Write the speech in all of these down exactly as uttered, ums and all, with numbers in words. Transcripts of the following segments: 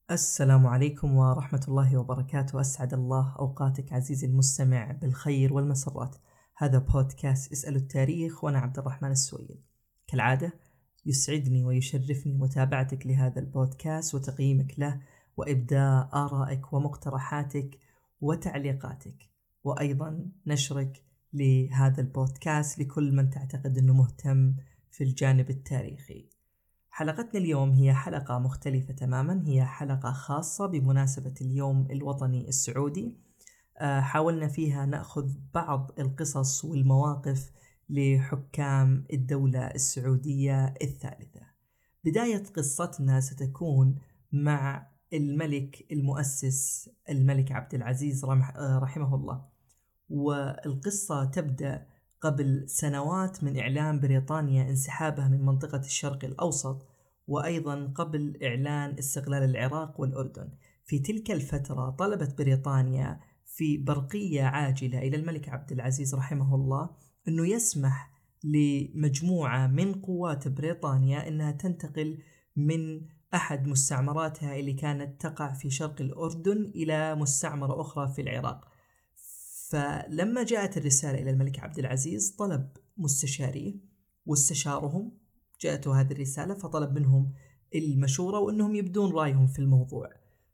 السلام عليكم ورحمة الله وبركاته. أسعد الله أوقاتك عزيزي المستمع بالخير والمسرات. هذا بودكاست اسأل التاريخ وأنا عبد الرحمن السويل. كالعادة يسعدني ويشرفني متابعتك لهذا البودكاست وتقييمك له وإبداء آرائك ومقترحاتك وتعليقاتك، وأيضا نشرك لهذا البودكاست لكل من تعتقد أنه مهتم في الجانب التاريخي. حلقتنا اليوم هي حلقة مختلفة تماما، هي حلقة خاصة بمناسبة اليوم الوطني السعودي. حاولنا فيها نأخذ بعض القصص والمواقف لحكام الدولة السعودية الثالثة. بداية قصتنا ستكون مع الملك المؤسس الملك عبد العزيز رحمه الله، والقصة تبدأ قبل سنوات من إعلان بريطانيا انسحابها من منطقة الشرق الأوسط، وأيضا قبل إعلان استقلال العراق والأردن. في تلك الفترة طلبت بريطانيا في برقية عاجلة إلى الملك عبد العزيز رحمه الله أنه يسمح لمجموعة من قوات بريطانيا أنها تنتقل من أحد مستعمراتها اللي كانت تقع في شرق الأردن إلى مستعمرة أخرى في العراق. فلما جاءت الرسالة إلى الملك عبد العزيز طلب مستشاريه واستشارهم، جاءته هذه الرسالة فطلب منهم المشورة وأنهم يبدون رأيهم في الموضوع.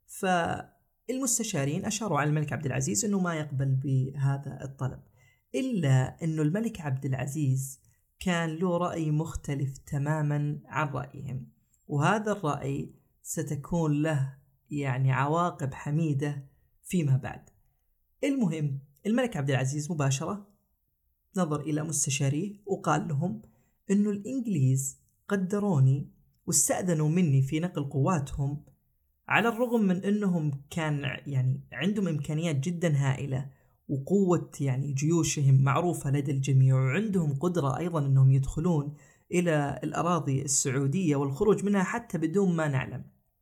فالمستشارين أشاروا على الملك عبد العزيز أنه ما يقبل بهذا الطلب، إلا أنه الملك عبد العزيز كان له رأي مختلف تماما عن رأيهم، وهذا الرأي ستكون له يعني عواقب حميدة فيما بعد. المهم الملك عبد العزيز مباشرة نظر إلى مستشاريه وقال لهم إنه الإنجليز قدروني واستأذنوا مني في نقل قواتهم، على الرغم من إنهم كان يعني عندهم إمكانيات جدا هائلة وقوة يعني جيوشهم معروفة لدى الجميع، وعندهم قدرة أيضا إنهم يدخلون إلى الأراضي السعودية والخروج منها حتى بدون ما نعلم،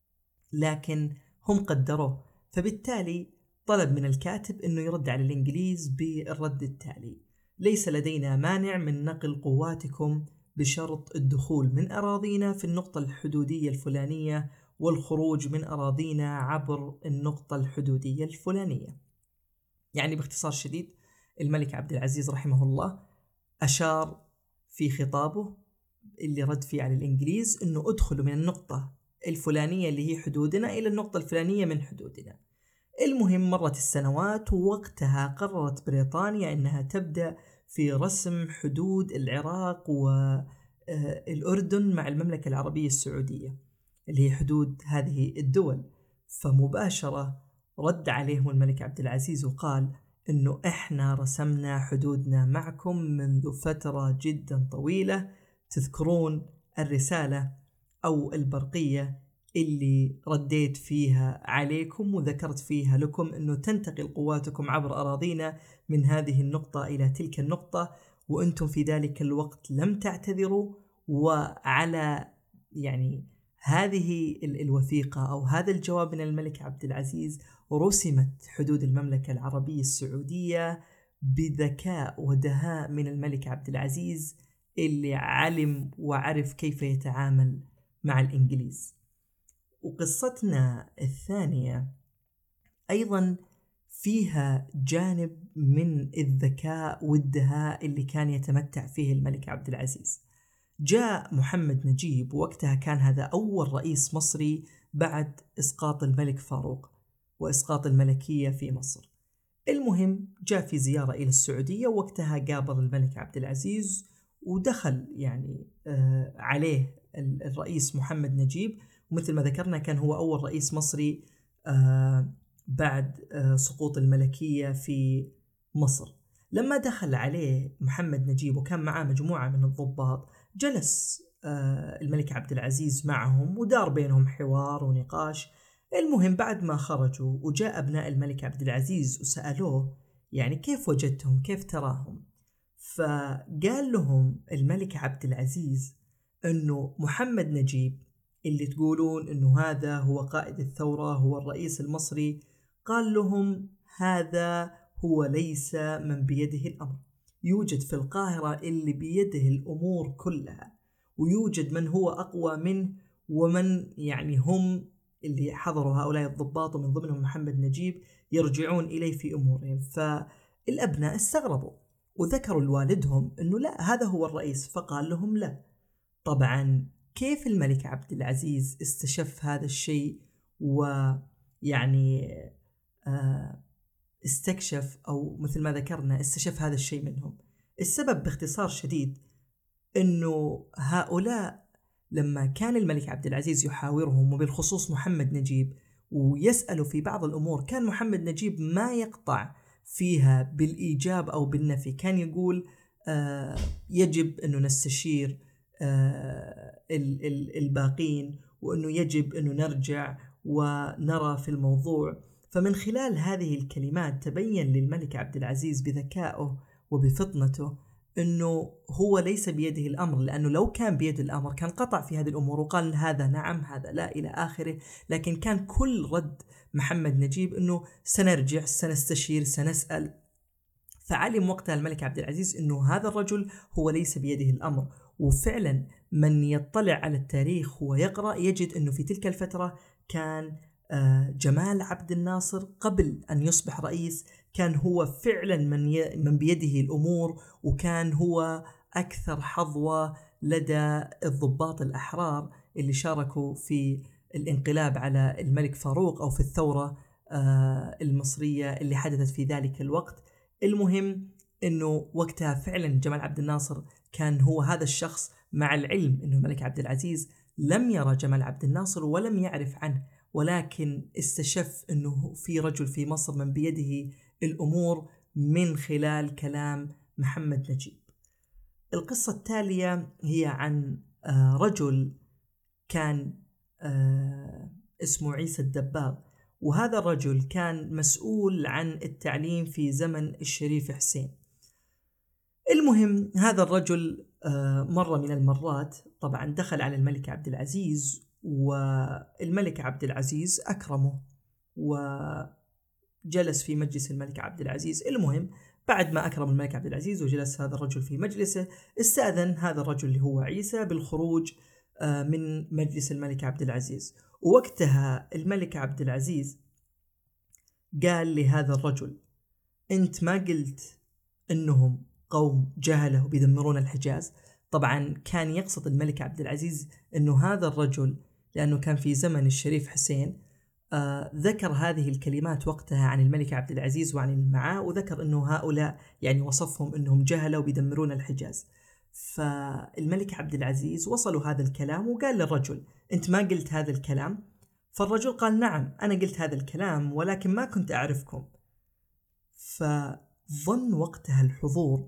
لكن هم قدروه. فبالتالي طلب من الكاتب أنه يرد على الإنجليز بالرد التالي: ليس لدينا مانع من نقل قواتكم بشرط الدخول من أراضينا في النقطة الحدودية الفلانية والخروج من أراضينا عبر النقطة الحدودية الفلانية. يعني باختصار شديد الملك عبد العزيز رحمه الله أشار في خطابه اللي رد فيه على الإنجليز أنه ادخلوا من النقطة الفلانية اللي هي حدودنا إلى النقطة الفلانية من حدودنا. المهم مرت السنوات، ووقتها قررت بريطانيا أنها تبدأ في رسم حدود العراق والأردن مع المملكة العربية السعودية اللي هي حدود هذه الدول. فمباشرة رد عليهم الملك عبد العزيز وقال أنه إحنا رسمنا حدودنا معكم منذ فترة جدا طويلة. تذكرون الرسالة أو البرقية اللي رديت فيها عليكم وذكرت فيها لكم أنه تنتقل قواتكم عبر أراضينا من هذه النقطة إلى تلك النقطة، وأنتم في ذلك الوقت لم تعتذروا. وعلى يعني هذه الوثيقة أو هذا الجواب من الملك عبد العزيز رسمت حدود المملكة العربية السعودية بذكاء ودهاء من الملك عبد العزيز اللي علم وعرف كيف يتعامل مع الإنجليز. وقصتنا الثانية أيضا فيها جانب من الذكاء والدهاء اللي كان يتمتع فيه الملك عبد العزيز. جاء محمد نجيب، وقتها كان هذا أول رئيس مصري بعد إسقاط الملك فاروق وإسقاط الملكية في مصر. المهم جاء في زيارة إلى السعودية، وقتها قابل الملك عبد العزيز ودخل يعني آه عليه الرئيس محمد نجيب، ومثل ما ذكرنا كان هو أول رئيس مصري آه بعد آه سقوط الملكية في مصر. لما دخل عليه محمد نجيب وكان معه مجموعة من الضباط، جلس آه الملك عبد العزيز معهم ودار بينهم حوار ونقاش. المهم بعد ما خرجوا وجاء أبناء الملك عبد العزيز وسألوه يعني كيف وجدتهم، كيف تراهم، فقال لهم الملك عبد العزيز أنه محمد نجيب اللي تقولون أنه هذا هو قائد الثورة هو الرئيس المصري، قال لهم هذا هو ليس من بيده الأمر. يوجد في القاهرة اللي بيده الأمور كلها، ويوجد من هو أقوى منه ومن يعني هم اللي حضروا هؤلاء الضباط ومن ضمنهم محمد نجيب يرجعون إليه في أمورهم. فالأبناء استغربوا وذكروا لوالدهم أنه لا، هذا هو الرئيس، فقال لهم لا. طبعا كيف الملك عبد العزيز استشف هذا الشيء ويعني استكشف أو مثل ما ذكرنا استشف هذا الشيء منهم؟ السبب باختصار شديد أنه هؤلاء لما كان الملك عبد العزيز يحاورهم وبالخصوص محمد نجيب ويسأله في بعض الأمور، كان محمد نجيب ما يقطع فيها بالإيجاب أو بالنفي، كان يقول آه يجب أنه نستشير آه الباقين، وأنه يجب أنه نرجع ونرى في الموضوع. فمن خلال هذه الكلمات تبين للملك عبد العزيز بذكائه وبفطنته أنه هو ليس بيده الأمر، لأنه لو كان بيد الأمر كان قطع في هذه الأمور وقال هذا نعم هذا لا إلى آخره. لكن كان كل رد محمد نجيب أنه سنرجع سنستشير سنسأل. فعلم وقتها الملك عبد العزيز أنه هذا الرجل هو ليس بيده الأمر. وفعلا من يطلع على التاريخ ويقرأ يجد أنه في تلك الفترة كان جمال عبد الناصر قبل أن يصبح رئيس كان هو فعلا من من بيده الأمور، وكان هو أكثر حظوة لدى الضباط الأحرار اللي شاركوا في الانقلاب على الملك فاروق أو في الثورة المصرية اللي حدثت في ذلك الوقت. المهم أنه وقتها فعلا جمال عبد الناصر كان هو هذا الشخص، مع العلم أنه الملك عبد العزيز لم يرى جمال عبد الناصر ولم يعرف عنه، ولكن استشف أنه في رجل في مصر من بيده الأمور من خلال كلام محمد نجيب. القصة التالية هي عن رجل كان اسمه عيسى الدباغ، وهذا الرجل كان مسؤول عن التعليم في زمن الشريف حسين. المهم هذا الرجل مرة من المرات طبعا دخل على الملك عبد العزيز، والملك عبد العزيز أكرمه وجلس في مجلس الملك عبد العزيز. المهم بعد ما أكرم الملك عبد العزيز وجلس هذا الرجل في مجلسه، استأذن هذا الرجل اللي هو عيسى بالخروج من مجلس الملك عبد العزيز. ووقتها الملك عبد العزيز قال لهذا الرجل: أنت ما قلت أنهم قوم جهلة وبيدمرون الحجاز؟ طبعا كان يقصد الملك عبد العزيز أنه هذا الرجل لأنه كان في زمن الشريف حسين آه ذكر هذه الكلمات وقتها عن الملك عبد العزيز وعن المعاه، وذكر أنه هؤلاء يعني وصفهم أنهم جهلة وبيدمرون الحجاز. فالملك عبد العزيز وصلوا هذا الكلام وقال للرجل: أنت ما قلت هذا الكلام؟ فالرجل قال: نعم أنا قلت هذا الكلام ولكن ما كنت أعرفكم. فظن وقتها الحضور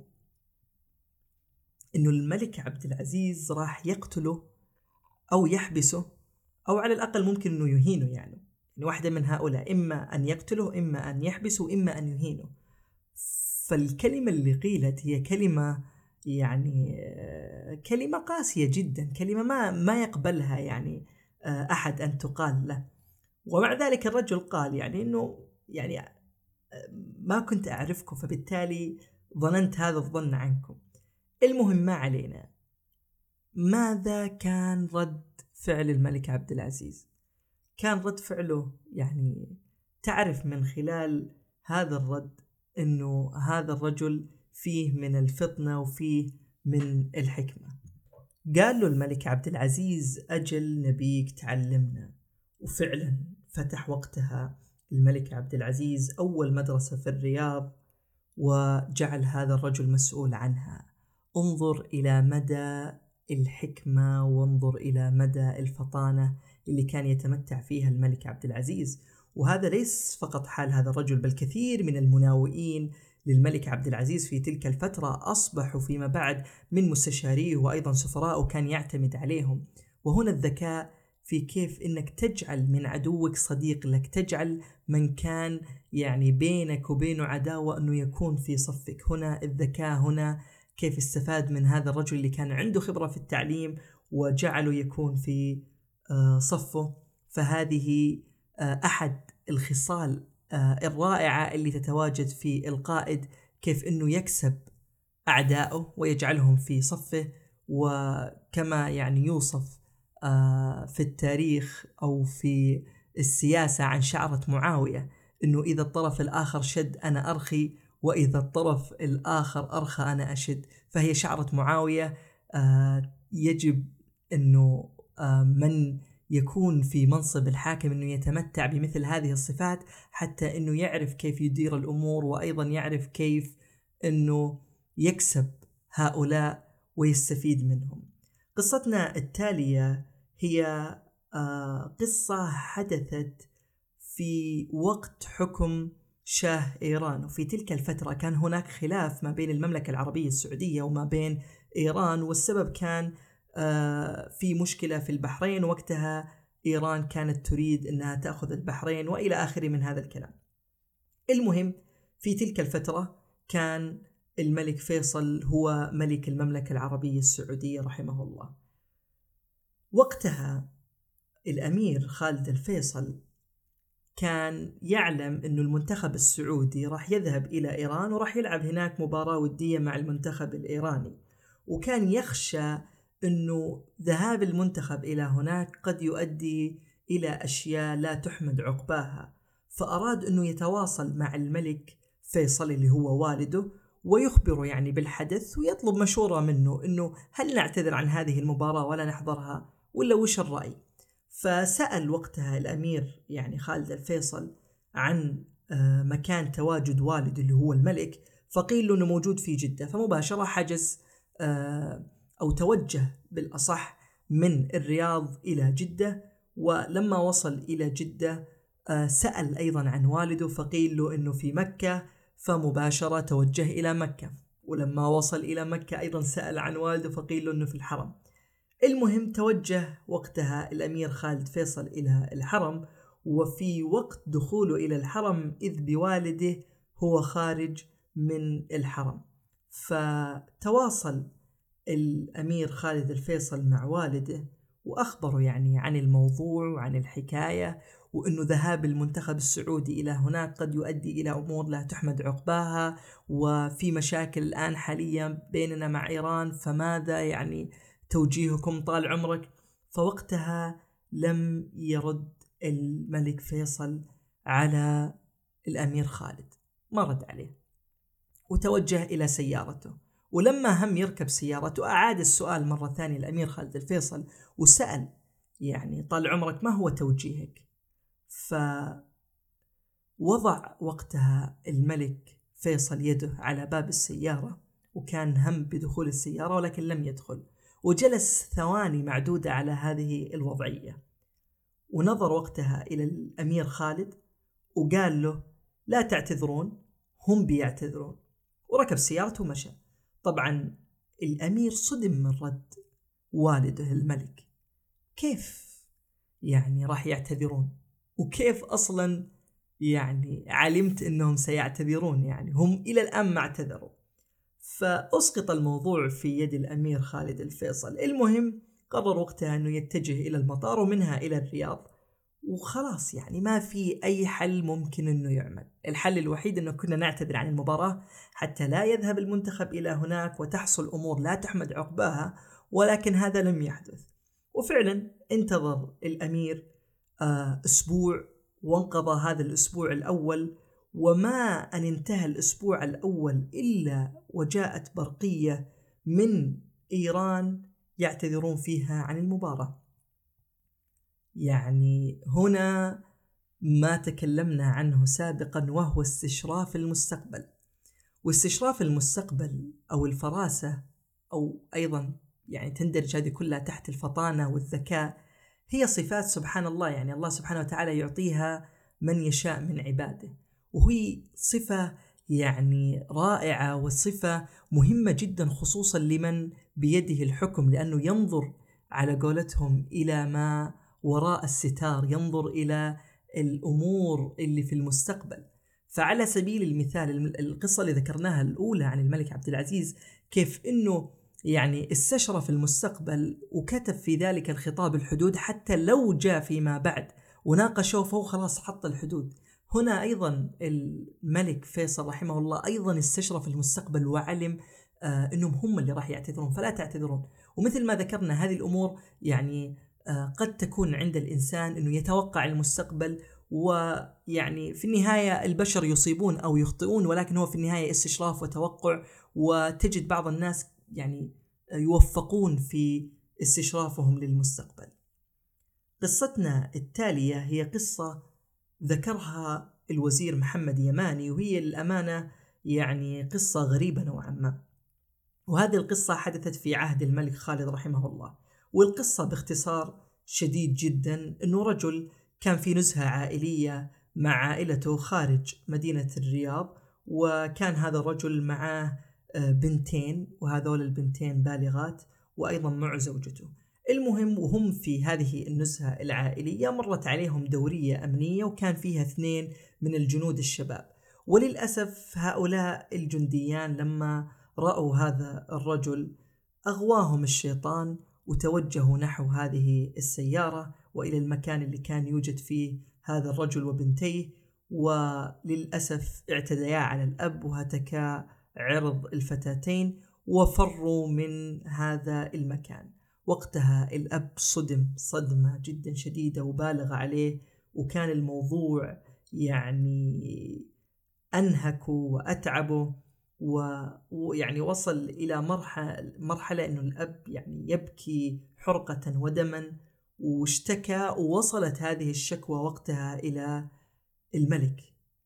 أنه الملك عبد العزيز راح يقتله أو يحبسه، أو على الأقل ممكن أنه يهينه، يعني واحدة من هؤلاء، إما أن يقتله إما أن يحبسه إما أن يهينه. فالكلمة اللي قيلت هي كلمة يعني كلمة قاسية جدا، كلمة ما ما يقبلها يعني أحد أن تقال له. ومع ذلك الرجل قال يعني أنه يعني ما كنت أعرفكم فبالتالي ظننت هذا الظن عنكم. المهم ما علينا. ماذا كان رد فعل الملك عبد العزيز؟ كان رد فعله يعني تعرف من خلال هذا الرد أنه هذا الرجل فيه من الفطنة وفيه من الحكمة. قال له الملك عبد العزيز: أجل نبيك تعلمنا. وفعلا فتح وقتها الملك عبد العزيز أول مدرسة في الرياض وجعل هذا الرجل مسؤول عنها. انظر إلى مدى الحكمة وانظر إلى مدى الفطانة اللي كان يتمتع فيها الملك عبد العزيز. وهذا ليس فقط حال هذا الرجل، بل كثير من المناوئين للملك عبد العزيز في تلك الفترة أصبحوا فيما بعد من مستشاريه وأيضا سفراء وكان يعتمد عليهم. وهنا الذكاء في كيف إنك تجعل من عدوك صديق لك، تجعل من كان يعني بينك وبينه عداوة أنه يكون في صفك. هنا الذكاء، هنا كيف استفاد من هذا الرجل اللي كان عنده خبرة في التعليم وجعله يكون في صفه. فهذه أحد الخصال الرائعة اللي تتواجد في القائد، كيف أنه يكسب أعدائه ويجعلهم في صفه. وكما يعني يوصف في التاريخ أو في السياسة عن شعرة معاوية، إنه إذا الطرف الآخر شد أنا أرخي، وإذا الطرف الآخر أرخى أنا أشد. فهي شعرة معاوية. آه يجب أنه آه من يكون في منصب الحاكم أنه يتمتع بمثل هذه الصفات، حتى أنه يعرف كيف يدير الأمور، وأيضا يعرف كيف أنه يكسب هؤلاء ويستفيد منهم. قصتنا التالية هي آه قصة حدثت في وقت حكم شاه إيران. وفي تلك الفترة كان هناك خلاف ما بين المملكة العربية السعودية وما بين إيران، والسبب كان آه في مشكلة في البحرين. وقتها إيران كانت تريد أنها تأخذ البحرين وإلى آخره من هذا الكلام. المهم في تلك الفترة كان الملك فيصل هو ملك المملكة العربية السعودية رحمه الله. وقتها الأمير خالد الفيصل كان يعلم أنه المنتخب السعودي راح يذهب إلى إيران وراح يلعب هناك مباراة ودية مع المنتخب الإيراني، وكان يخشى أنه ذهاب المنتخب إلى هناك قد يؤدي إلى أشياء لا تحمد عقباها. فأراد أنه يتواصل مع الملك فيصل اللي هو والده ويخبره يعني بالحدث، ويطلب مشورة منه أنه هل نعتذر عن هذه المباراة ولا نحضرها، ولا وش الرأي. فسأل وقتها الأمير يعني خالد الفيصل عن مكان تواجد والده اللي هو الملك، فقيل له أنه موجود في جدة. فمباشرة حجز أو توجه بالأصح من الرياض إلى جدة. ولما وصل إلى جدة سأل أيضا عن والده، فقيل له أنه في مكة، فمباشرة توجه إلى مكة. ولما وصل إلى مكة أيضا سأل عن والده، فقيل له أنه في الحرم. المهم توجه وقتها الأمير خالد فيصل إلى الحرم، وفي وقت دخوله إلى الحرم إذ بوالده هو خارج من الحرم. فتواصل الأمير خالد الفيصل مع والده وأخبره يعني عن الموضوع وعن الحكاية، وأنه ذهاب المنتخب السعودي إلى هناك قد يؤدي إلى أمور لا تحمد عقباها، وفي مشاكل الآن حاليا بيننا مع إيران، فماذا يعني توجيهكم طال عمرك. فوقتها لم يرد الملك فيصل على الأمير خالد، ما رد عليه، وتوجه إلى سيارته. ولما هم يركب سيارته أعاد السؤال مرة ثانية الأمير خالد الفيصل وسأل يعني طال عمرك ما هو توجيهك. فوضع وقتها الملك فيصل يده على باب السيارة، وكان هم بدخول السيارة ولكن لم يدخل، وجلس ثواني معدودة على هذه الوضعية، ونظر وقتها إلى الأمير خالد وقال له لا تعتذرون، هم بيعتذرون، وركب سيارته ومشى. طبعا الأمير صدم من رد والده الملك، كيف يعني راح يعتذرون؟ وكيف أصلا يعني علمت أنهم سيعتذرون؟ يعني هم إلى الآن ما اعتذروا. فأسقط الموضوع في يد الأمير خالد الفيصل. المهم قرر وقتها أنه يتجه إلى المطار ومنها إلى الرياض، وخلاص يعني ما في أي حل ممكن أنه يعمل. الحل الوحيد أنه كنا نعتذر عن المباراة حتى لا يذهب المنتخب إلى هناك وتحصل أمور لا تحمد عقباها، ولكن هذا لم يحدث. وفعلا انتظر الأمير آه أسبوع، وانقضى هذا الأسبوع الأول، وما أن انتهى الأسبوع الأول إلا وجاءت برقية من إيران يعتذرون فيها عن المباراة. يعني هنا ما تكلمنا عنه سابقا، وهو استشراف المستقبل. واستشراف المستقبل أو الفراسة، أو أيضا يعني تندرج هذه كلها تحت الفطانة والذكاء، هي صفات سبحان الله يعني الله سبحانه وتعالى يعطيها من يشاء من عباده، وهي صفة يعني رائعة وصفة مهمة جدا، خصوصا لمن بيده الحكم، لأنه ينظر على قولتهم إلى ما وراء الستار، ينظر إلى الأمور اللي في المستقبل. فعلى سبيل المثال القصة اللي ذكرناها الأولى عن الملك عبد العزيز، كيف أنه يعني استشرف المستقبل وكتب في ذلك الخطاب الحدود، حتى لو جاء فيما بعد وناقشوه فهو خلاص حط الحدود. هنا أيضا الملك فيصل رحمه الله أيضا استشرف المستقبل وعلم آه أنهم هم اللي راح يعتذرون، فلا تعتذرون. ومثل ما ذكرنا هذه الأمور يعني قد تكون عند الإنسان أنه يتوقع المستقبل، ويعني في النهاية البشر يصيبون أو يخطئون، ولكن هو في النهاية استشراف وتوقع، وتجد بعض الناس يعني يوفقون في استشرافهم للمستقبل. قصتنا التالية هي قصة ذكرها الوزير محمد يماني، وهي للأمانة يعني قصة غريبة نوعا ما، وهذه القصة حدثت في عهد الملك خالد رحمه الله. والقصة باختصار شديد جدا أنه رجل كان في نزهة عائلية مع عائلته خارج مدينة الرياض، وكان هذا الرجل معه بنتين، وهذول البنتين بالغات، وأيضا مع زوجته. المهم وهم في هذه النزهة العائلية مرت عليهم دورية أمنية، وكان فيها اثنين من الجنود الشباب. وللأسف هؤلاء الجنديان لما رأوا هذا الرجل أغواهم الشيطان، وتوجهوا نحو هذه السيارة وإلى المكان اللي كان يوجد فيه هذا الرجل وبنتيه، وللأسف اعتديا على الأب وهتكا عرض الفتاتين وفروا من هذا المكان. وقتها الأب صدم صدمة جدا شديدة وبالغ عليه، وكان الموضوع يعني أنهكه وأتعبه، ويعني وصل إلى مرحلة مرحلة إنه الأب يعني يبكي حرقة ودما واشتكى. ووصلت هذه الشكوى وقتها إلى الملك،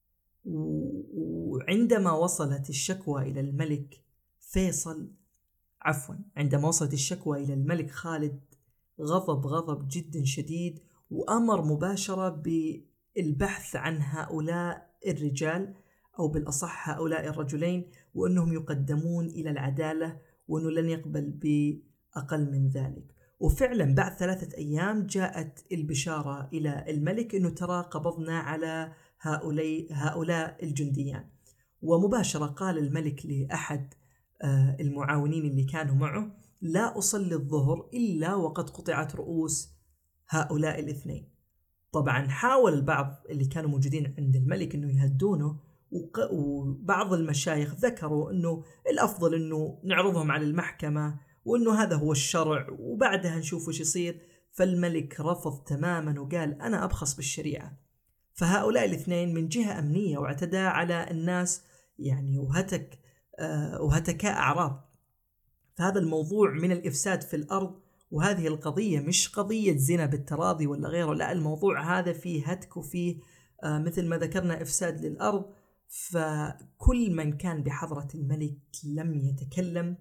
وعندما وصلت الشكوى إلى الملك فيصل عفوا عندما وصلت الشكوى إلى الملك خالد غضب غضب جدا شديد، وأمر مباشرة بالبحث عن هؤلاء الرجال، أو بالأصح هؤلاء الرجلين، وأنهم يقدمون إلى العدالة، وأنه لن يقبل بأقل من ذلك. وفعلا بعد ثلاثة أيام جاءت البشارة إلى الملك أنه ترى قبضنا على هؤلاء, هؤلاء الجنديان. ومباشرة قال الملك لأحد المعاونين اللي كانوا معه: لا أصلي الظهر إلا وقد قطعت رؤوس هؤلاء الاثنين. طبعا حاول البعض اللي كانوا موجودين عند الملك أنه يهدونه، وبعض المشايخ ذكروا أنه الأفضل أنه نعرضهم على المحكمة، وأنه هذا هو الشرع، وبعدها نشوف وش يصير. فالملك رفض تماما وقال: أنا أبخص بالشريعة. فهؤلاء الاثنين من جهة أمنية واعتدى على الناس يعني وهتك آه وهتكاء أعراض. فهذا الموضوع من الإفساد في الأرض، وهذه القضية مش قضية زنا بالتراضي ولا غيره، لا، الموضوع هذا فيه هتك وفيه آه مثل ما ذكرنا إفساد للأرض. فكل من كان بحضرة الملك لم يتكلم،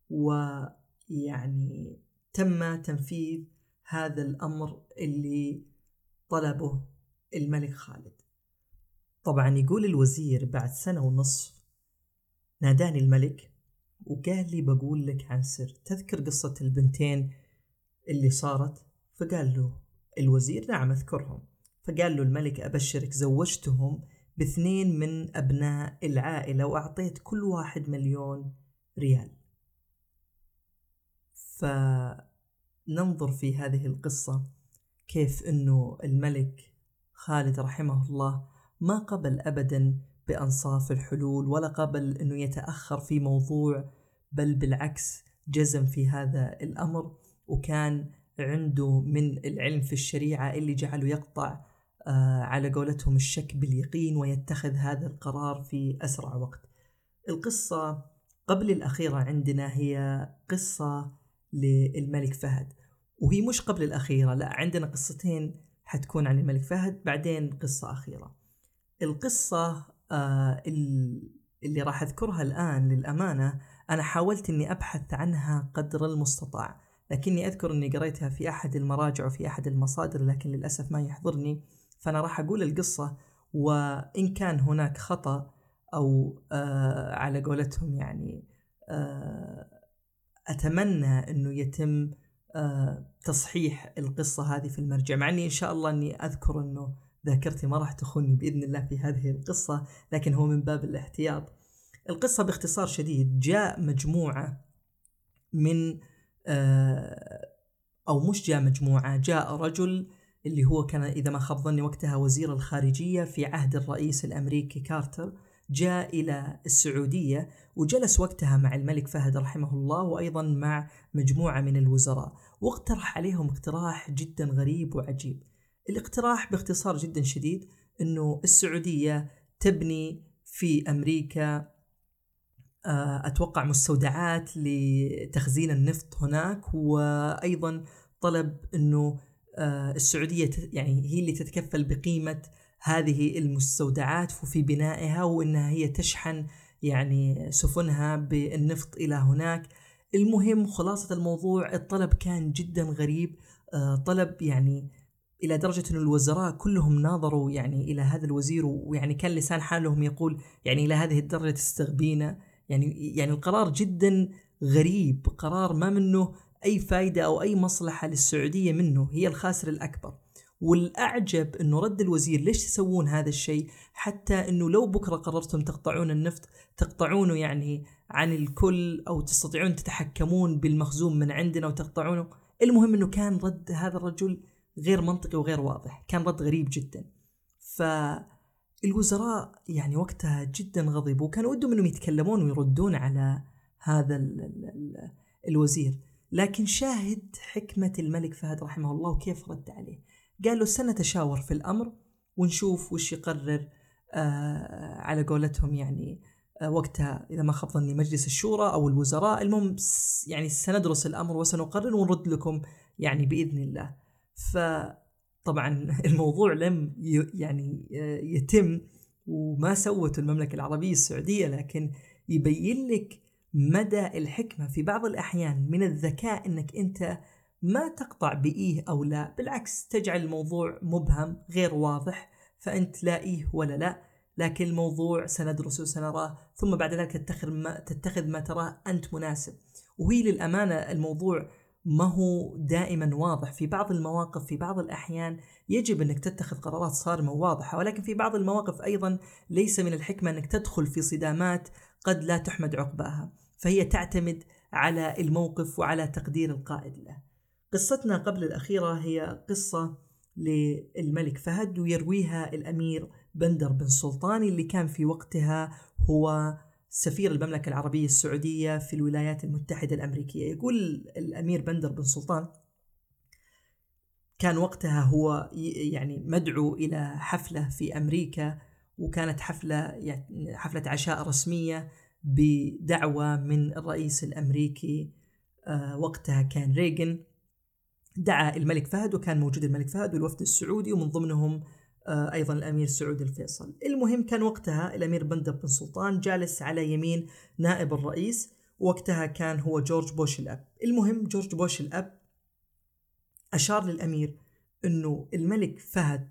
ويعني تم تنفيذ هذا الأمر اللي طلبه الملك خالد. طبعا يقول الوزير: بعد سنة ونصف ناداني الملك وقال لي: بقول لك عن سر، تذكر قصة البنتين اللي صارت؟ فقال له الوزير: نعم أذكرهم. فقال له الملك: أبشرك، زوجتهم باثنين من أبناء العائلة، وأعطيت كل واحد مليون ريال. فننظر في هذه القصة كيف أنه الملك خالد رحمه الله ما قبل أبدا بأنصاف الحلول، ولا قبل أنه يتأخر في موضوع، بل بالعكس جزم في هذا الأمر، وكان عنده من العلم في الشريعة اللي جعله يقطع آه على قولتهم الشك باليقين، ويتخذ هذا القرار في أسرع وقت. القصة قبل الأخيرة عندنا هي قصة للملك فهد، وهي مش قبل الأخيرة، لا، عندنا قصتين حتكون عن الملك فهد، بعدين قصة أخيرة. القصة آه اللي راح أذكرها الآن للأمانة أنا حاولت أني أبحث عنها قدر المستطاع، لكني أذكر أني قريتها في أحد المراجع وفي أحد المصادر، لكن للأسف ما يحضرني. فأنا راح أقول القصة، وإن كان هناك خطأ أو آه على قولتهم يعني آه أتمنى أنه يتم آه تصحيح القصة هذه في المرجع، مع أني إن شاء الله أني أذكر أنه ذاكرتي ما راح تخوني بإذن الله في هذه القصة، لكن هو من باب الاحتياط. القصة باختصار شديد: جاء مجموعة من آه أو مش جاء مجموعة جاء رجل اللي هو كان إذا ما خاب ظني وقتها وزير الخارجية في عهد الرئيس الأمريكي كارتر. جاء إلى السعودية وجلس وقتها مع الملك فهد رحمه الله وأيضا مع مجموعة من الوزراء، واقترح عليهم اقتراح جدا غريب وعجيب. الاقتراح باختصار جدا شديد أنه السعودية تبني في أمريكا أتوقع مستودعات لتخزين النفط هناك، وأيضا طلب أنه السعودية يعني هي اللي تتكفل بقيمة هذه المستودعات وفي بنائها، وأنها هي تشحن يعني سفنها بالنفط إلى هناك. المهم خلاصة الموضوع الطلب كان جدا غريب، طلب يعني إلى درجة أن الوزراء كلهم ناظروا يعني إلى هذا الوزير، ويعني كان لسان حالهم يقول يعني إلى هذه الدرجة تستغبينا. يعني يعني القرار جدا غريب، قرار ما منه أي فايدة أو أي مصلحة للسعودية منه، هي الخاسر الأكبر. والأعجب أنه رد الوزير ليش تسوون هذا الشيء، حتى أنه لو بكرة قررتم تقطعون النفط تقطعونه يعني عن الكل، أو تستطيعون تتحكمون بالمخزون من عندنا وتقطعونه. المهم أنه كان رد هذا الرجل غير منطقي وغير واضح، كان رد غريب جدا. فالوزراء يعني وقتها جدا غضبوا، وكانوا ودهم أنهم يتكلمون ويردون على هذا ال ال ال الوزير، لكن شاهد حكمة الملك فهد رحمه الله وكيف رد عليه. قالوا سنتشاور في الأمر ونشوف وش يقرر آه على قولتهم يعني آه وقتها إذا ما خاب ظني مجلس الشورى أو الوزراء. المهم يعني سندرس الأمر وسنقرر ونرد لكم يعني بإذن الله. فطبعا الموضوع لم يعني يتم وما سوت المملكة العربية السعودية، لكن يبين لك مدى الحكمة في بعض الأحيان من الذكاء أنك أنت ما تقطع بإيه أو لا، بالعكس تجعل الموضوع مبهم غير واضح، فأنت لا إيه ولا لا، لكن الموضوع سندرسه سنراه، ثم بعد ذلك تتخذ ما, تتخذ ما تراه أنت مناسب. وهي للأمانة الموضوع ما هو دائما واضح، في بعض المواقف في بعض الأحيان يجب أنك تتخذ قرارات صارمة وواضحة، ولكن في بعض المواقف أيضا ليس من الحكمة أنك تدخل في صدامات قد لا تحمد عقباها، فهي تعتمد على الموقف وعلى تقدير القائد له. قصتنا قبل الأخيرة هي قصة للملك فهد، ويرويها الأمير بندر بن سلطان اللي كان في وقتها هو سفير المملكة العربية السعودية في الولايات المتحدة الأمريكية. يقول الأمير بندر بن سلطان كان وقتها هو يعني مدعو إلى حفلة في أمريكا، وكانت حفلة يعني حفلة عشاء رسمية بدعوة من الرئيس الأمريكي آه وقتها كان ريغن. دعا الملك فهد وكان موجود الملك فهد والوفد السعودي، ومن ضمنهم آه أيضا الأمير سعود الفيصل. المهم كان وقتها الأمير بندر بن سلطان جالس على يمين نائب الرئيس، وقتها كان هو جورج بوش الأب. المهم جورج بوش الأب أشار للأمير أنه الملك فهد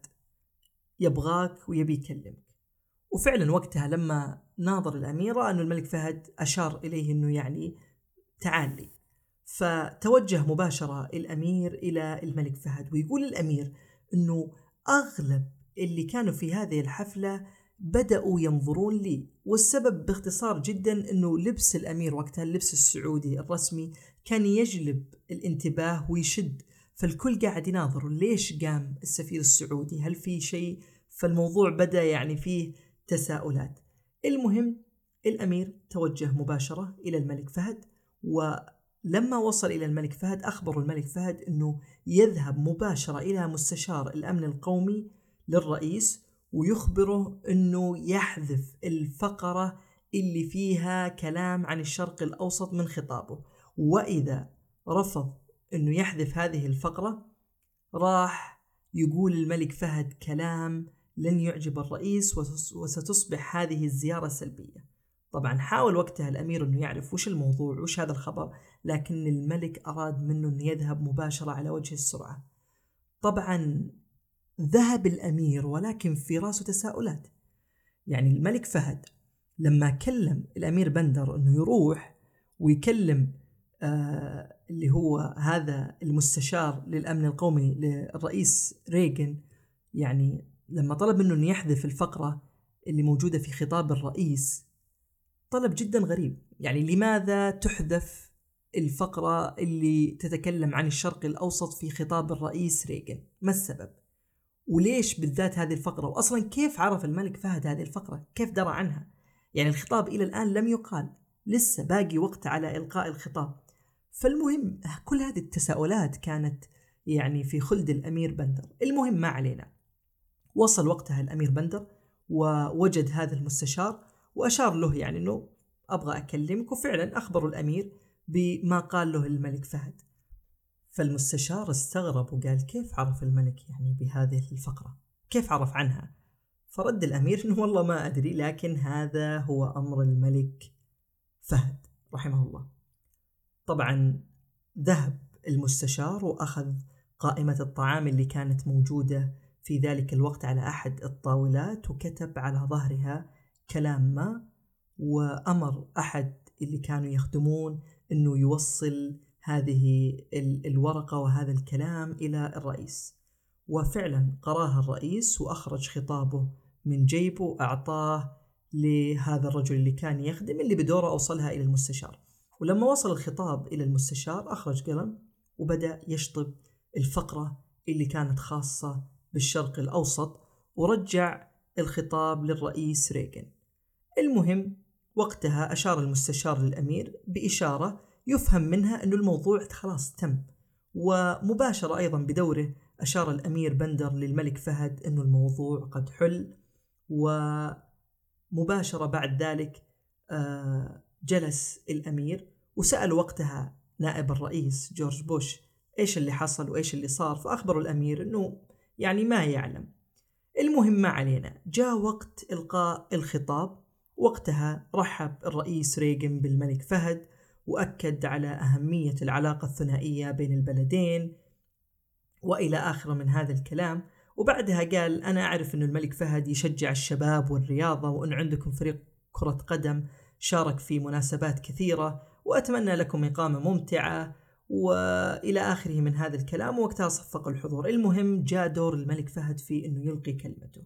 يبغاك ويبي يكلمك، وفعلا وقتها لما ناظر الأمير أن الملك فهد أشار إليه أنه يعني تعال لي، فتوجه مباشرة الأمير إلى الملك فهد، ويقول الأمير أنه أغلب اللي كانوا في هذه الحفلة بدأوا ينظرون لي، والسبب باختصار جدا أنه لبس الأمير وقتها اللبس السعودي الرسمي كان يجلب الانتباه ويشد، فالكل قاعد يناظر ليش قام السفير السعودي، هل في شيء؟ فالموضوع بدأ يعني فيه تساؤلات. المهم الأمير توجه مباشرة إلى الملك فهد، ولما وصل إلى الملك فهد أخبر الملك فهد أنه يذهب مباشرة إلى مستشار الأمن القومي للرئيس ويخبره أنه يحذف الفقرة اللي فيها كلام عن الشرق الأوسط من خطابه، وإذا رفض أنه يحذف هذه الفقرة راح يقول الملك فهد كلام لن يعجب الرئيس وستصبح هذه الزيارة سلبية. طبعا حاول وقتها الأمير أنه يعرف وش الموضوع وش هذا الخبر، لكن الملك أراد منه أن يذهب مباشرة على وجه السرعة. طبعا ذهب الأمير ولكن في راسه تساؤلات. يعني الملك فهد لما كلم الأمير بندر أنه يروح ويكلم آه اللي هو هذا المستشار للأمن القومي للرئيس ريغن، يعني لما طلب منه أن يحذف الفقرة اللي موجودة في خطاب الرئيس طلب جدا غريب. يعني لماذا تحذف الفقرة اللي تتكلم عن الشرق الأوسط في خطاب الرئيس ريغن؟ ما السبب؟ وليش بالذات هذه الفقرة؟ وأصلا كيف عرف الملك فهد هذه الفقرة؟ كيف درى عنها؟ يعني الخطاب إلى الآن لم يقال، لسه باقي وقت على إلقاء الخطاب. فالمهم كل هذه التساؤلات كانت يعني في خلد الأمير بندر. المهم ما علينا. وصل وقتها الأمير بندر ووجد هذا المستشار وأشار له يعني أنه أبغى أكلمك، وفعلا أخبروا الأمير بما قال له الملك فهد. فالمستشار استغرب وقال كيف عرف الملك يعني بهذه الفقرة، كيف عرف عنها؟ فرد الأمير أنه والله ما أدري، لكن هذا هو أمر الملك فهد رحمه الله. طبعا ذهب المستشار وأخذ قائمة الطعام اللي كانت موجودة في ذلك الوقت على أحد الطاولات، وكتب على ظهرها كلام ما، وأمر أحد اللي كانوا يخدمون أنه يوصل هذه الورقة وهذا الكلام إلى الرئيس. وفعلا قراها الرئيس وأخرج خطابه من جيبه وأعطاه لهذا الرجل اللي كان يخدم، اللي بدوره أوصلها إلى المستشار. ولما وصل الخطاب إلى المستشار أخرج قلم وبدأ يشطب الفقرة اللي كانت خاصة بالشرق الأوسط، ورجع الخطاب للرئيس ريغن. المهم وقتها أشار المستشار للأمير بإشارة يفهم منها أن الموضوع خلاص تم، ومباشرة أيضا بدوره أشار الأمير بندر للملك فهد أن الموضوع قد حل. ومباشرة بعد ذلك جلس الأمير وسأل وقتها نائب الرئيس جورج بوش إيش اللي حصل وإيش اللي صار، فأخبروا الأمير أنه يعني ما يعلم. المهم ما علينا. جاء وقت إلقاء الخطاب، وقتها رحب الرئيس ريغن بالملك فهد وأكد على أهمية العلاقة الثنائية بين البلدين وإلى آخر من هذا الكلام. وبعدها قال أنا أعرف أن الملك فهد يشجع الشباب والرياضة، وأن عندكم فريق كرة قدم شارك في مناسبات كثيرة، وأتمنى لكم إقامة ممتعة وإلى آخره من هذا الكلام. وقتها صفق الحضور. المهم جاء دور الملك فهد في أنه يلقي كلمته،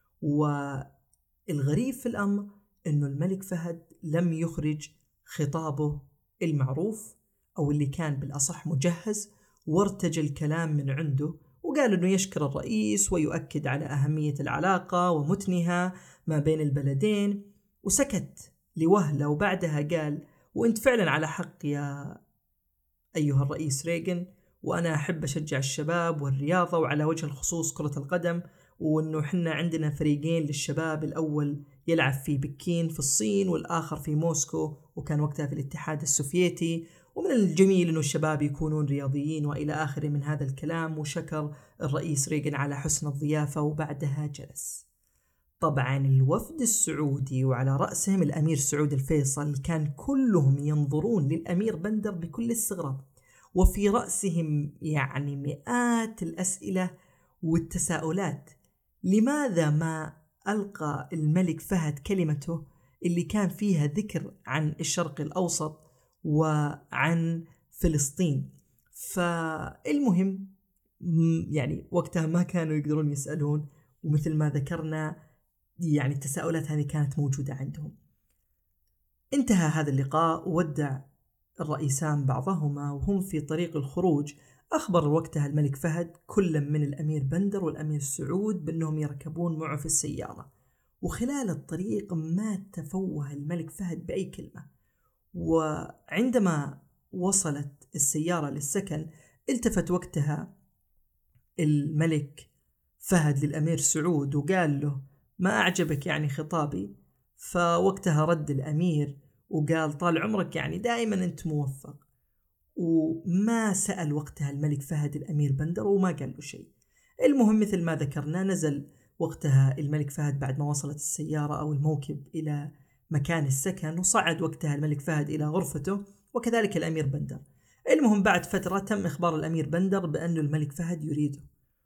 والغريب في الأمر أنه الملك فهد لم يخرج خطابه المعروف أو اللي كان بالأصح مجهز، وارتجى الكلام من عنده وقال أنه يشكر الرئيس ويؤكد على أهمية العلاقة ومتنها ما بين البلدين، وسكت لوهلة. وبعدها قال وانت فعلا على حق يا أيها الرئيس ريغن، وأنا أحب أشجع الشباب والرياضة وعلى وجه الخصوص كرة القدم، وأنه حنا عندنا فريقين للشباب، الأول يلعب في بكين في الصين والآخر في موسكو، وكان وقتها في الاتحاد السوفيتي، ومن الجميل أنه الشباب يكونون رياضيين وإلى آخره من هذا الكلام. وشكر الرئيس ريغن على حسن الضيافة وبعدها جلس. طبعا الوفد السعودي وعلى رأسهم الأمير سعود الفيصل كان كلهم ينظرون للأمير بندر بكل استغراب، وفي رأسهم يعني مئات الأسئلة والتساؤلات. لماذا ما ألقى الملك فهد كلمته اللي كان فيها ذكر عن الشرق الأوسط وعن فلسطين؟ فالمهم يعني وقتها ما كانوا يقدرون يسألون، ومثل ما ذكرنا يعني التساؤلات هذه كانت موجودة عندهم. انتهى هذا اللقاء وودع الرئيسان بعضهما، وهم في طريق الخروج أخبر وقتها الملك فهد كل من الأمير بندر والأمير سعود بأنهم يركبون معه في السيارة. وخلال الطريق ما تفوه الملك فهد بأي كلمة، وعندما وصلت السيارة للسكن التفت وقتها الملك فهد للأمير سعود وقال له ما أعجبك يعني خطابي؟ فوقتها رد الأمير وقال طال عمرك يعني دائما أنت موفق. وما سأل وقتها الملك فهد الأمير بندر وما قال له شيء. المهم مثل ما ذكرنا نزل وقتها الملك فهد بعد ما وصلت السيارة أو الموكب إلى مكان السكن، وصعد وقتها الملك فهد إلى غرفته وكذلك الأمير بندر. المهم بعد فترة تم إخبار الأمير بندر بأن الملك فهد يريده،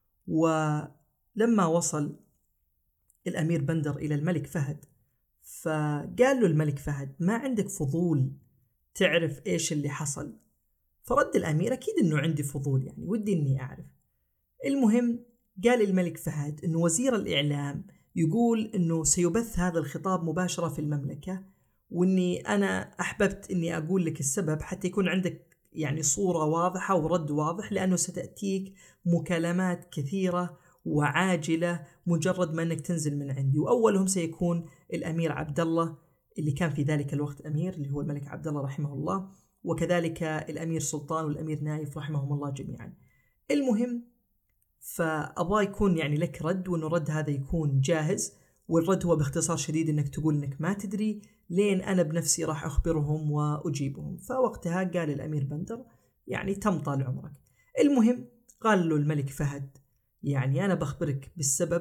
ولما وصل الأمير بندر إلى الملك فهد فقال له الملك فهد ما عندك فضول تعرف إيش اللي حصل؟ فرد الأمير أكيد أنه عندي فضول، يعني ودي أني أعرف. المهم قال الملك فهد أنه وزير الإعلام يقول أنه سيبث هذا الخطاب مباشرة في المملكة، وأني أنا أحببت أني أقول لك السبب حتى يكون عندك يعني صورة واضحة ورد واضح، لأنه ستأتيك مكالمات كثيرة وعاجلة مجرد ما أنك تنزل من عندي، وأولهم سيكون الأمير عبد الله اللي كان في ذلك الوقت أمير اللي هو الملك عبد الله رحمه الله، وكذلك الأمير سلطان والأمير نايف رحمهم الله جميعا. المهم فأبغى يكون يعني لك رد، وإنه الرد هذا يكون جاهز، والرد هو باختصار شديد إنك تقول إنك ما تدري، لين أنا بنفسي راح أخبرهم وأجيبهم. فوقتها قال الأمير بندر يعني تم طال عمرك. المهم قال له الملك فهد يعني أنا بخبرك بالسبب،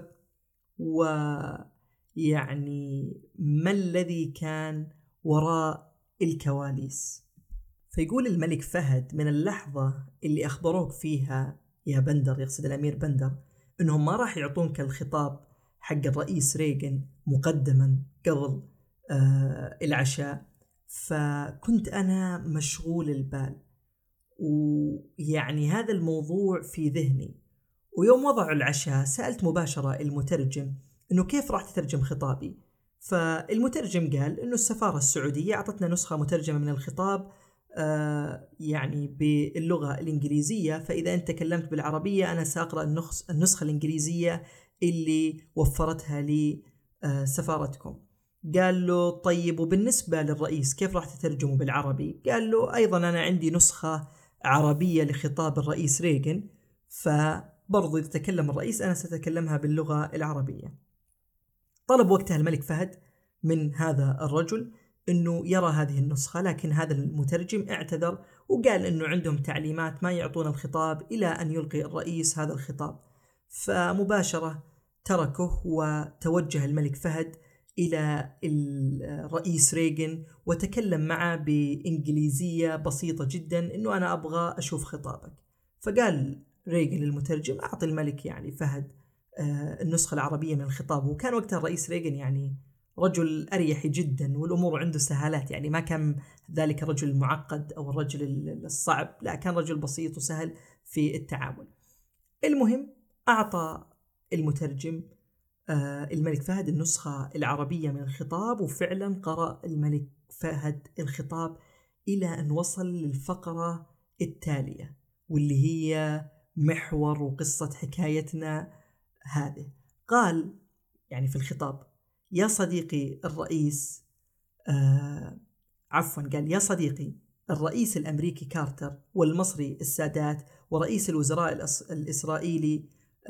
ويعني ما الذي كان وراء الكواليس. فيقول الملك فهد من اللحظة اللي أخبروك فيها يا بندر، يقصد الأمير بندر، إنهم ما راح يعطونك الخطاب حق الرئيس ريغن مقدما قبل آه العشاء، فكنت أنا مشغول البال، ويعني هذا الموضوع في ذهني. ويوم وضعوا العشاء سألت مباشرة المترجم إنه كيف راح تترجم خطابي. فالمترجم قال إنه السفارة السعودية أعطتنا نسخة مترجمة من الخطاب آه يعني باللغة الإنجليزية، فإذا أنت تكلمت بالعربية أنا سأقرأ النسخة الإنجليزية اللي وفرتها لي آه سفارتكم. قال له طيب وبالنسبة للرئيس كيف راح تترجمه بالعربي؟ قال له أيضا أنا عندي نسخة عربية لخطاب الرئيس ريغن، فبرضو إذا تكلم الرئيس أنا ستكلمها باللغة العربية. طلب وقتها الملك فهد من هذا الرجل أنه يرى هذه النسخة، لكن هذا المترجم اعتذر وقال أنه عندهم تعليمات ما يعطون الخطاب إلى أن يلقي الرئيس هذا الخطاب. فمباشرة تركه وتوجه الملك فهد إلى الرئيس ريغن وتكلم معه بإنجليزية بسيطة جدا أنه أنا أبغى أشوف خطابك. فقال ريغن للمترجم أعطي الملك يعني فهد النسخة العربية من الخطاب. وكان وقتها الرئيس ريغن يعني رجل أريحي جدا والأمور عنده سهالات، يعني ما كان ذلك الرجل المعقد أو الرجل الصعب، لا كان رجل بسيط وسهل في التعامل. المهم أعطى المترجم الملك فهد النسخة العربية من الخطاب، وفعلا قرأ الملك فهد الخطاب إلى أن وصل للفقرة التالية واللي هي محور وقصة حكايتنا هذه. قال يعني في الخطاب يا صديقي الرئيس آه عفوا قال يا صديقي الرئيس الأمريكي كارتر والمصري السادات ورئيس الوزراء الأس... الإسرائيلي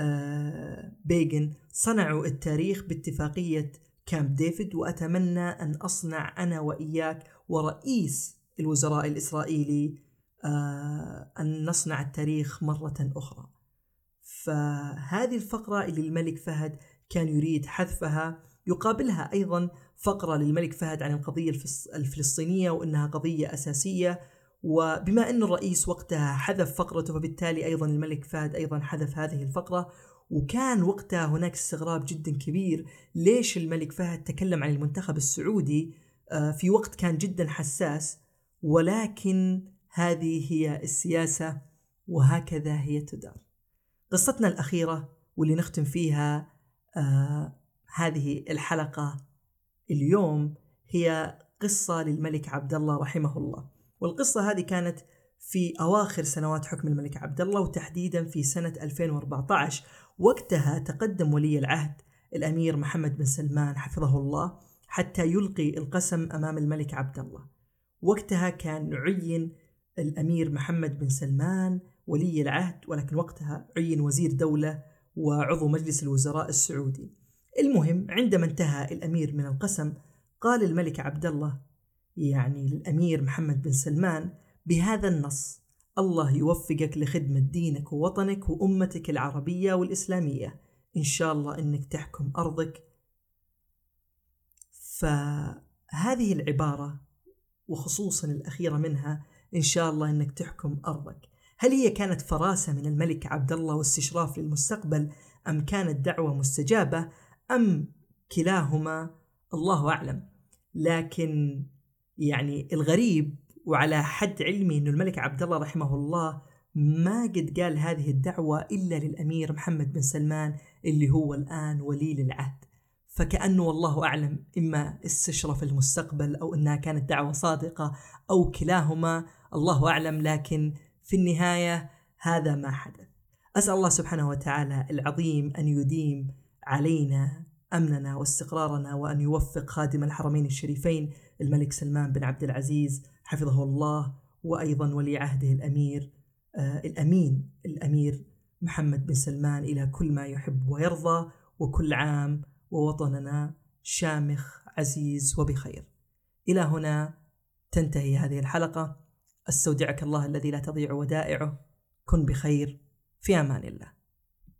آه بيغن صنعوا التاريخ باتفاقية كامب ديفيد، وأتمنى أن أصنع أنا وإياك ورئيس الوزراء الإسرائيلي آه أن نصنع التاريخ مرة أخرى. فهذه الفقرة اللي الملك فهد كان يريد حذفها يقابلها أيضا فقرة للملك فهد عن القضية الفلسطينية وأنها قضية أساسية، وبما أن الرئيس وقتها حذف فقرته فبالتالي أيضا الملك فهد أيضا حذف هذه الفقرة. وكان وقتها هناك استغراب جدا كبير ليش الملك فهد تكلم عن المنتخب السعودي في وقت كان جدا حساس، ولكن هذه هي السياسة وهكذا هي تدار. قصتنا الأخيرة واللي نختم فيها آه هذه الحلقة اليوم هي قصة للملك عبد الله رحمه الله. والقصة هذه كانت في أواخر سنوات حكم الملك عبد الله، وتحديدا في سنة ألفين وأربعة عشر. وقتها تقدم ولي العهد الأمير محمد بن سلمان حفظه الله حتى يلقي القسم أمام الملك عبد الله. وقتها كان عين الأمير محمد بن سلمان ولي العهد، ولكن وقتها عين وزير دولة وعضو مجلس الوزراء السعودي. المهم عندما انتهى الأمير من القسم قال الملك عبد الله يعني للأمير محمد بن سلمان بهذا النص: الله يوفقك لخدمة دينك ووطنك وأمتك العربية والإسلامية، إن شاء الله إنك تحكم أرضك. فهذه العبارة وخصوصا الأخيرة منها إن شاء الله إنك تحكم أرضك، هل هي كانت فراسة من الملك عبد الله واستشراف للمستقبل، أم كانت دعوة مستجابة، أم كلاهما؟ الله أعلم. لكن يعني الغريب وعلى حد علمي أن الملك عبد الله رحمه الله ما قد قال هذه الدعوة إلا للأمير محمد بن سلمان اللي هو الآن ولي العهد، فكأنه والله أعلم إما استشرف المستقبل أو أنها كانت دعوة صادقة أو كلاهما، الله أعلم. لكن في النهاية هذا ما حدث. أسأل الله سبحانه وتعالى العظيم أن يديم علينا أمننا واستقرارنا، وأن يوفق خادم الحرمين الشريفين الملك سلمان بن عبد العزيز حفظه الله، وأيضا ولي عهده الأمير آه الأمين الأمير محمد بن سلمان إلى كل ما يحب ويرضى. وكل عام ووطننا شامخ عزيز وبخير. إلى هنا تنتهي هذه الحلقة. استودعك الله الذي لا تضيع ودائعه. كن بخير، في أمان الله.